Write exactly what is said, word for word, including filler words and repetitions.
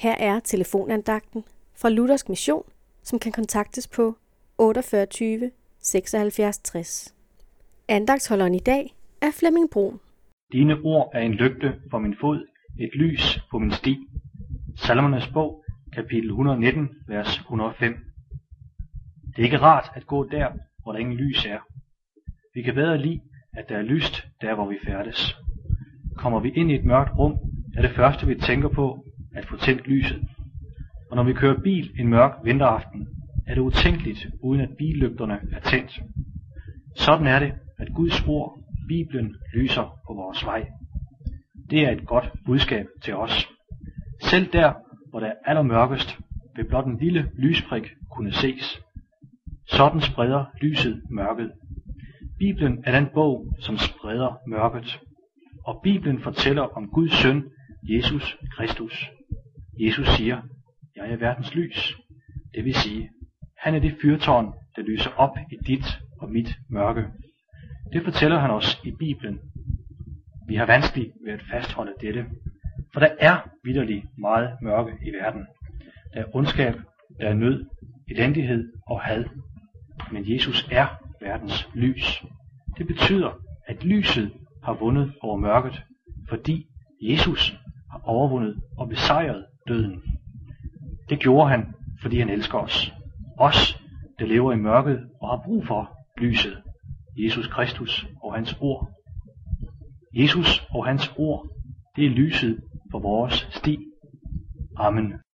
Her er telefonandagten fra Luthersk Mission, som kan kontaktes på otteogfyrre tyve seksoghalvfjerds tres. Andagtsholderen i dag er Flemming Brun. Dine ord er en lygte for min fod, et lys på min sti. Salmernes bog, kapitel et hundrede og nitten, vers et hundrede og fem. Det er ikke rart at gå der, hvor der ingen lys er. Vi kan bedre lide, at der er lyst der, hvor vi færdes. Kommer vi ind i et mørkt rum, er det første, vi tænker på, at få tændt lyset. Og når vi kører bil en mørk vinteraften, er det utænkeligt, uden at billygterne er tændt. Sådan er det, at Guds ord, Bibelen, lyser på vores vej. Det er et godt budskab til os. Selv der, hvor det er allermørkest, vil blot en lille lysprik kunne ses. Sådan spreder lyset mørket. Bibelen er den bog, som spreder mørket. Og Bibelen fortæller om Guds søn, Jesus Kristus. Jesus siger, jeg er verdens lys. Det vil sige, han er det fyrtårn, der lyser op i dit og mit mørke. Det fortæller han os i Bibelen. Vi har vanskeligt ved at fastholde dette, for der er vitterligt meget mørke i verden. Der er ondskab, der er nød, elendighed og had. Men Jesus er verdens lys. Det betyder, at lyset har vundet over mørket, fordi Jesus har overvundet og besejret døden. Det gjorde han, fordi han elsker os. Os, der lever i mørket og har brug for lyset. Jesus Kristus og hans ord. Jesus og hans ord, det er lyset for vores sti. Amen.